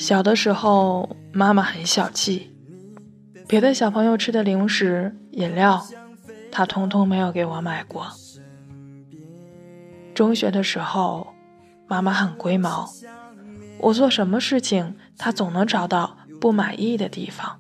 小的时候，妈妈很小气，别的小朋友吃的零食、饮料，她通通没有给我买过。中学的时候，妈妈很龟毛，我做什么事情，她总能找到不满意的地方。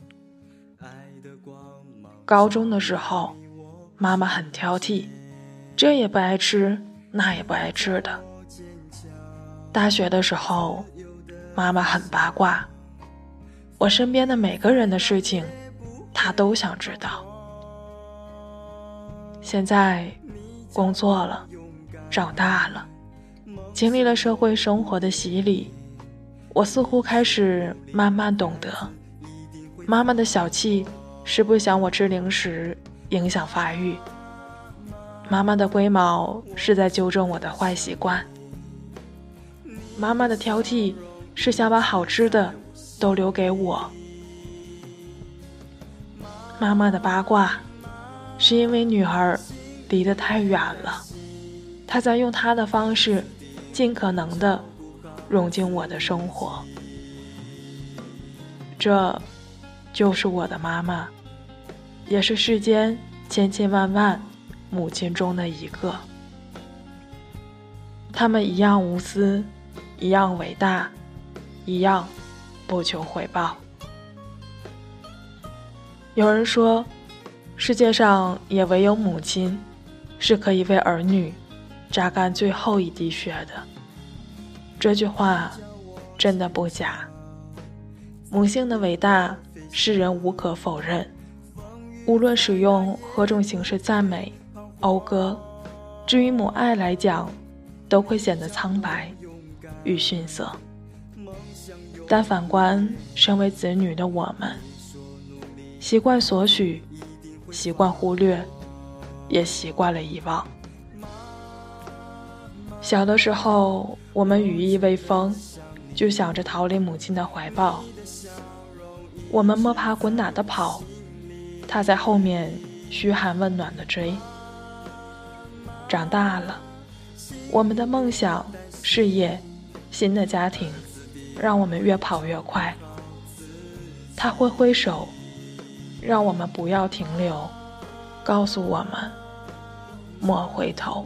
高中的时候，妈妈很挑剔，这也不爱吃，那也不爱吃的。大学的时候，妈妈很八卦，我身边的每个人的事情，她都想知道。现在工作了，长大了，经历了社会生活的洗礼，我似乎开始慢慢懂得，妈妈的小气是不想我吃零食影响发育，妈妈的龟毛是在纠正我的坏习惯，妈妈的挑剔是想把好吃的都留给我，妈妈的八卦是因为女儿离得太远了，她在用她的方式尽可能地融进我的生活。这就是我的妈妈，也是世间千千万万母亲中的一个。她们一样无私，一样伟大，一样不求回报。有人说，世界上也唯有母亲是可以为儿女榨干最后一滴血的。这句话真的不假，母性的伟大世人无可否认，无论使用何种形式赞美讴歌，至于母爱来讲，都会显得苍白与逊色。但反观身为子女的我们，习惯索取，习惯忽略，也习惯了遗忘。小的时候，我们羽翼未丰，就想着逃离母亲的怀抱，我们摸爬滚打地跑，她在后面嘘寒问暖地追。长大了，我们的梦想、事业、新的家庭让我们越跑越快，她挥挥手让我们不要停留，告诉我们莫回头。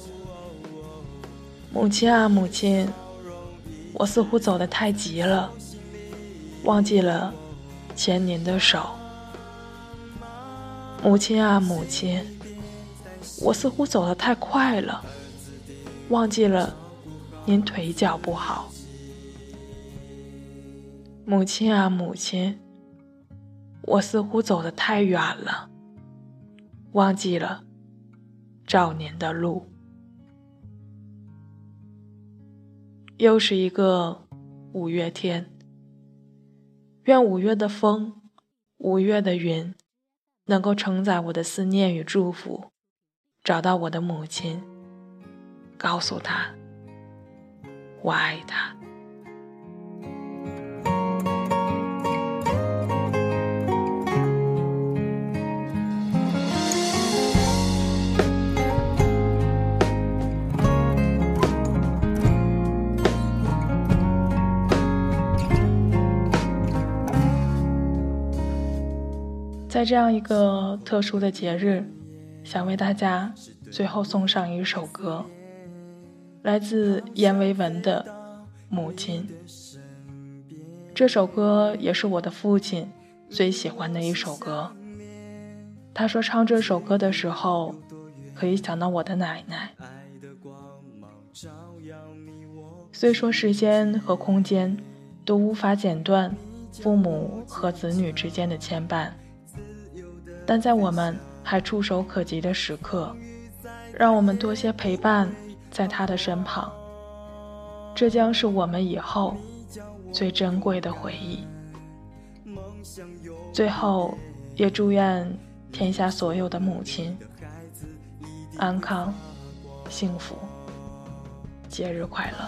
母亲啊母亲，我似乎走得太急了，忘记了牵您的手。母亲啊母亲，我似乎走得太快了，忘记了您腿脚不好。母亲啊母亲，我似乎走得太远了，忘记了照您的路。又是一个五月天，愿五月的风，五月的云，能够承载我的思念与祝福，找到我的母亲，告诉她我爱她。在这样一个特殊的节日，想为大家最后送上一首歌，来自阎维文的《母亲》。这首歌也是我的父亲最喜欢的一首歌。他说唱这首歌的时候，可以想到我的奶奶。虽说时间和空间都无法剪断父母和子女之间的牵绊，但在我们还触手可及的时刻，让我们多些陪伴在他的身旁，这将是我们以后最珍贵的回忆。最后也祝愿天下所有的母亲安康幸福，节日快乐。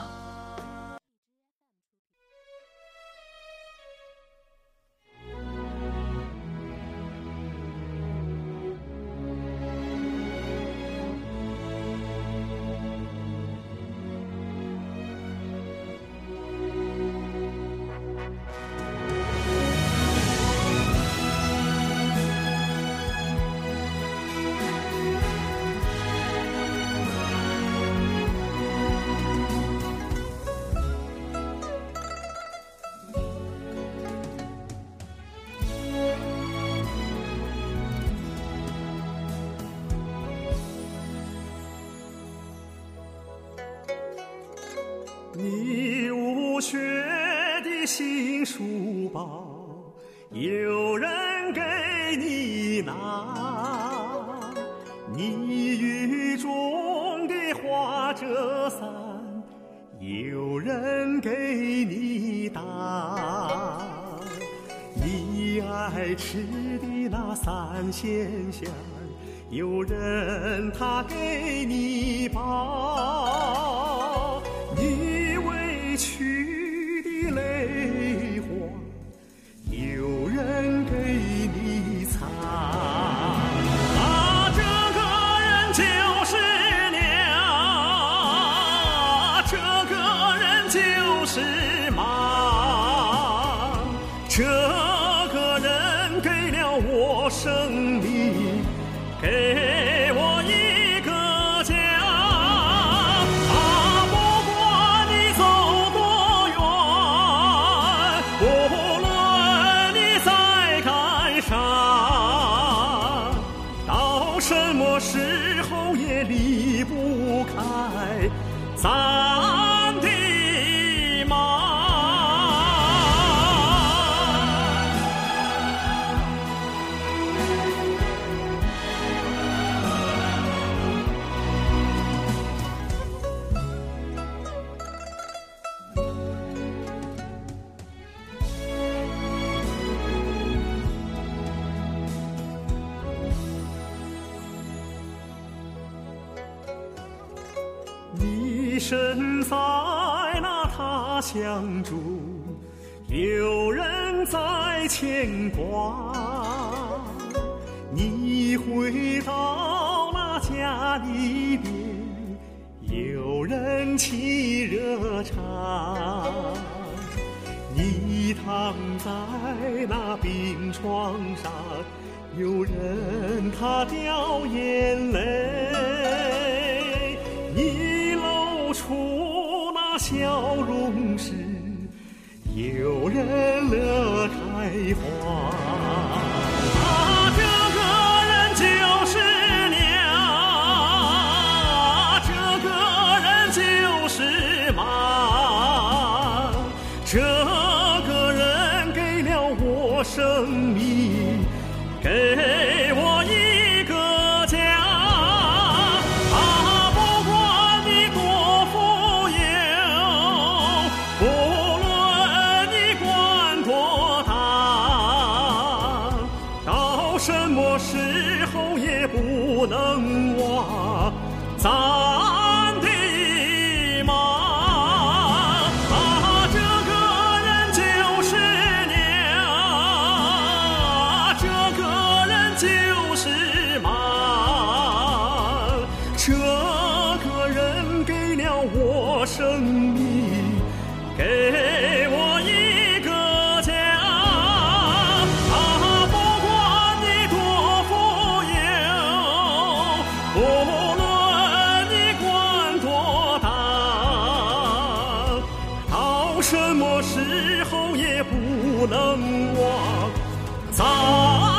书包，有人给你拿，你雨中的花遮伞，有人给你打。你爱吃的那三鲜馅儿，有人他给你包。你委屈的泪花，有人给你擦。啊，这个人就是娘，这个人就是妈，这个人给了我生命，给我一个家。啊，不管你走多远，无论你在干啥，到什么时候也离不开咱的妈。你身在那他乡中，有人在牵挂。你回到那家里边，有人沏热茶。你躺在那病床上，有人他掉眼泪。你露出那笑容时，有人乐开花。啊，这个人就是娘，这个人就是妈，这个人给了我生命，给我一个家。什么时候也不能忘咱的妈。啊，这个人就是娘，这个人就是妈，这个人给了我生命，给我一个家。无论你管多大，到什么时候也不能忘咱